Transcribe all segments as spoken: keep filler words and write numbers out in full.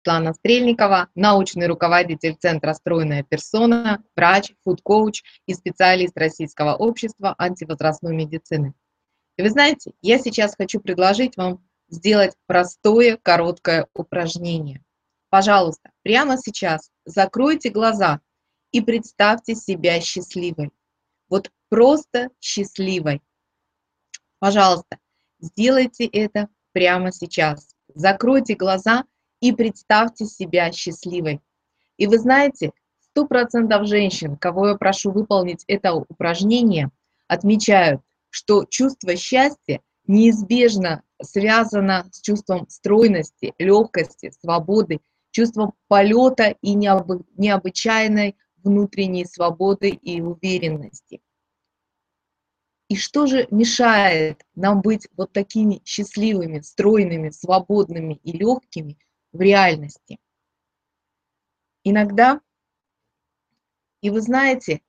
Светлана Стрельникова, научный руководитель Центра «Стройная персона», врач, фуд-коуч и специалист Российского общества антивозрастной медицины. И вы знаете, я сейчас хочу предложить вам сделать простое, короткое упражнение. Пожалуйста, прямо сейчас закройте глаза и представьте себя счастливой. Вот просто счастливой. Пожалуйста, сделайте это прямо сейчас. Закройте глаза и представьте себя счастливой. И вы знаете, сто процентов женщин, кого я прошу выполнить это упражнение, отмечают, что чувство счастья неизбежно связано с чувством стройности, легкости, свободы, чувством полета и необы- необычайной внутренней свободы и уверенности. И что же мешает нам быть вот такими счастливыми, стройными, свободными и легкими в реальности? Иногда, и вы знаете,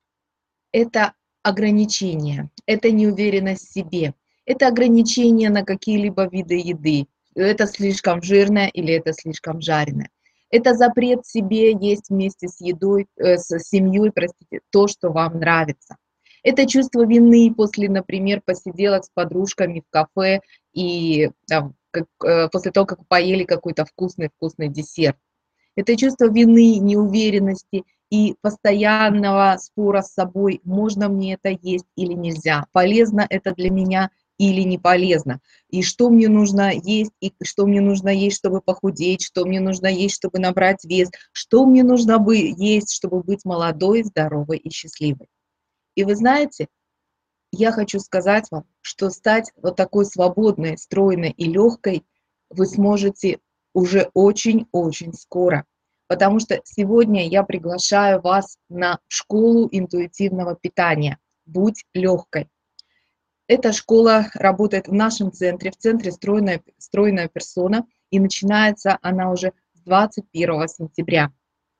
это ограничение, это неуверенность в себе, это ограничение на какие-либо виды еды. Это слишком жирное или это слишком жареное. Это запрет себе есть вместе с едой, э, с семьей, простите, то, что вам нравится. Это чувство вины после, например, посиделок с подружками в кафе и там, как, э, после того, как поели какой-то вкусный-вкусный десерт. Это чувство вины, неуверенности и постоянного спора с собой, можно мне это есть или нельзя, полезно это для меня или не полезно, и что мне нужно есть, и что мне нужно есть, чтобы похудеть, что мне нужно есть, чтобы набрать вес, что мне нужно бы есть, чтобы быть молодой, здоровой и счастливой. И вы знаете, я хочу сказать вам, что стать вот такой свободной, стройной и легкой вы сможете уже очень-очень скоро. Потому что сегодня я приглашаю вас на школу интуитивного питания. Будь легкой. Эта школа работает в нашем центре, в центре «Стройная, стройная персона», и начинается она уже с двадцать первого сентября.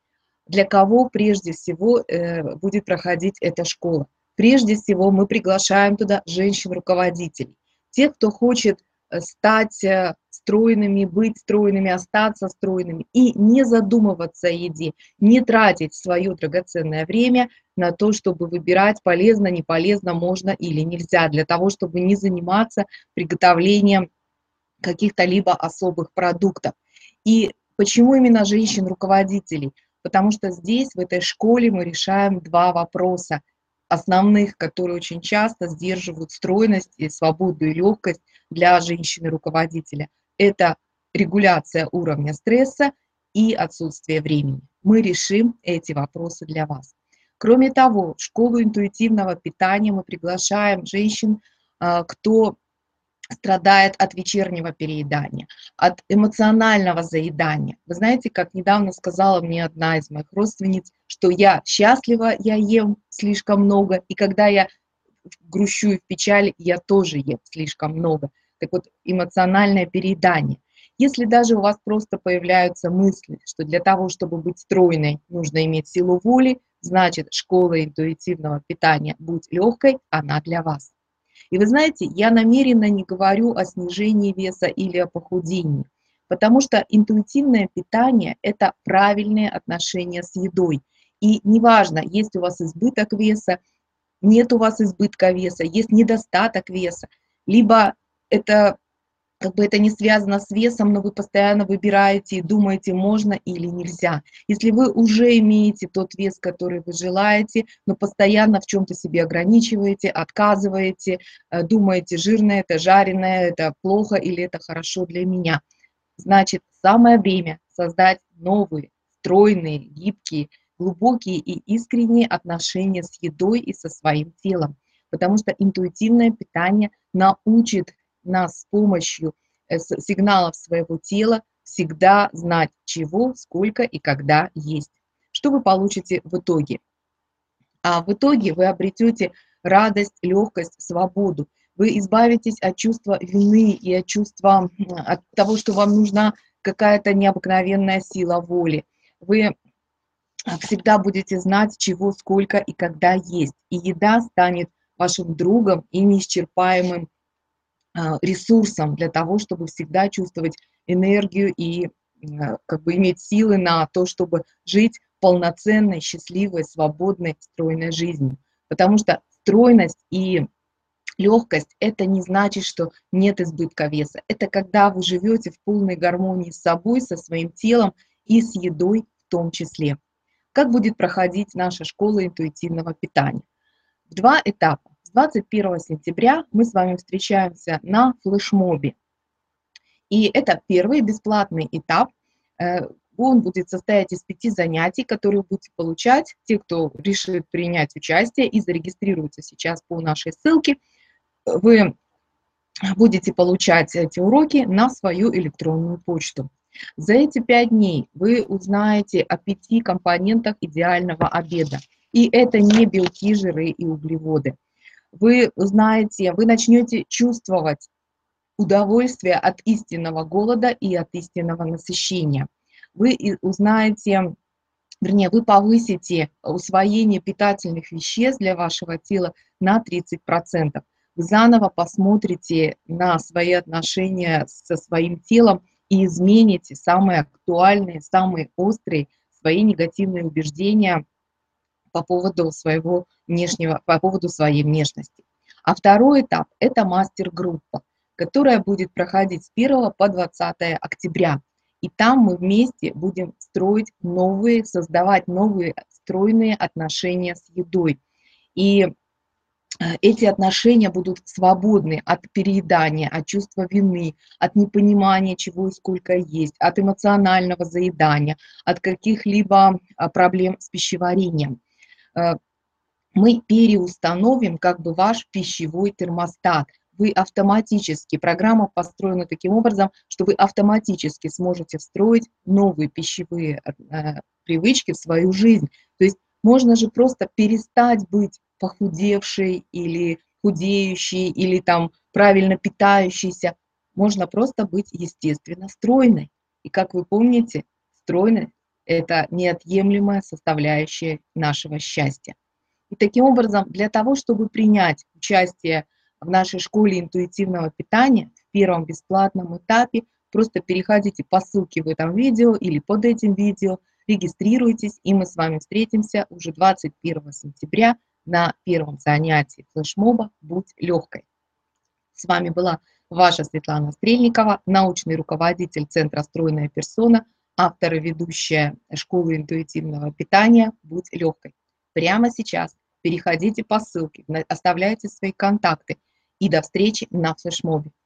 Для кого прежде всего э, будет проходить эта школа? Прежде всего мы приглашаем туда женщин-руководителей, тех, кто хочет э, стать э, стройными, быть стройными, остаться стройными и не задумываться о еде, не тратить свое драгоценное время на то, чтобы выбирать полезно, не полезно, можно или нельзя, для того, чтобы не заниматься приготовлением каких-то либо особых продуктов. И почему именно женщин-руководителей? Потому что здесь, в этой школе, мы решаем два вопроса основных, которые очень часто сдерживают стройность и свободу и легкость для женщины-руководителя. Это регуляция уровня стресса и отсутствие времени. Мы решим эти вопросы для вас. Кроме того, в школу интуитивного питания мы приглашаем женщин, а, кто страдает от вечернего переедания, от эмоционального заедания. Вы знаете, как недавно сказала мне одна из моих родственниц, что я счастлива, я ем слишком много, и когда я грущу и в печали, я тоже ем слишком много. Так вот, эмоциональное переедание. Если даже у вас просто появляются мысли, что для того, чтобы быть стройной, нужно иметь силу воли, значит, школа интуитивного питания «Будь легкой», она для вас. И вы знаете, я намеренно не говорю о снижении веса или о похудении, потому что интуитивное питание– это правильные отношения с едой. И неважно, есть у вас избыток веса, нет у вас избытка веса, есть недостаток веса, либо это как бы это не связано с весом, но вы постоянно выбираете и думаете, можно или нельзя. Если вы уже имеете тот вес, который вы желаете, но постоянно в чем-то себе ограничиваете, отказываете, э, думаете, жирное это, жареное это плохо или это хорошо для меня, значит, самое время создать новые, стройные, гибкие, глубокие и искренние отношения с едой и со своим телом. Потому что интуитивное питание научит нас с помощью э, с- сигналов своего тела всегда знать, чего, сколько и когда есть. Что вы получите в итоге? А в итоге вы обретете радость, легкость, свободу. Вы избавитесь от чувства вины и от чувства, м, от того, что вам нужна какая-то необыкновенная сила воли. Вы а, всегда будете знать, чего, сколько и когда есть. И еда станет вашим другом и неисчерпаемым а, ресурсом для того, чтобы всегда чувствовать энергию и как бы иметь силы на то, чтобы жить полноценной, счастливой, свободной, стройной жизнью. Потому что стройность и легкость — это не значит, что нет избытка веса. Это когда вы живете в полной гармонии с собой, со своим телом и с едой в том числе. Как будет проходить наша школа интуитивного питания? В два этапа. С двадцать первого сентября мы с вами встречаемся на флешмобе. И это первый бесплатный этап. Он будет состоять из пяти занятий, которые будете получать те, кто решит принять участие и зарегистрируется сейчас по нашей ссылке. Вы будете получать эти уроки на свою электронную почту. За эти пять дней вы узнаете о пяти компонентах идеального обеда. И это не белки, жиры и углеводы. Вы узнаете, вы начнете чувствовать удовольствие от истинного голода и от истинного насыщения. Вы узнаете, вернее, вы повысите усвоение питательных веществ для вашего тела на тридцать процентов. Вы заново посмотрите на свои отношения со своим телом и измените самые актуальные, самые острые свои негативные убеждения по поводу своего внешнего, по поводу своей внешности. А второй этап – это мастер-группа, которая будет проходить с первого по двадцатое октября. И там мы вместе будем строить новые, создавать новые стройные отношения с едой. И эти отношения будут свободны от переедания, от чувства вины, от непонимания, чего и сколько есть, от эмоционального заедания, от каких-либо проблем с пищеварением. Мы переустановим как бы ваш пищевой термостат. Вы автоматически, программа построена таким образом, что вы автоматически сможете встроить новые пищевые э, привычки в свою жизнь. То есть можно же просто перестать быть похудевшей или худеющей, или там правильно питающейся. Можно просто быть естественно стройной. И как вы помните, стройность – это неотъемлемая составляющая нашего счастья. И таким образом, для того, чтобы принять участие в нашей школе интуитивного питания в первом бесплатном этапе, просто переходите по ссылке в этом видео или под этим видео, регистрируйтесь, и мы с вами встретимся уже двадцать первого сентября на первом занятии флешмоба «Будь легкой». С вами была ваша Светлана Стрельникова, научный руководитель Центра «Стройная персона», автор и ведущая школы интуитивного питания «Будь легкой». Прямо сейчас переходите по ссылке, оставляйте свои контакты и до встречи на флешмобе.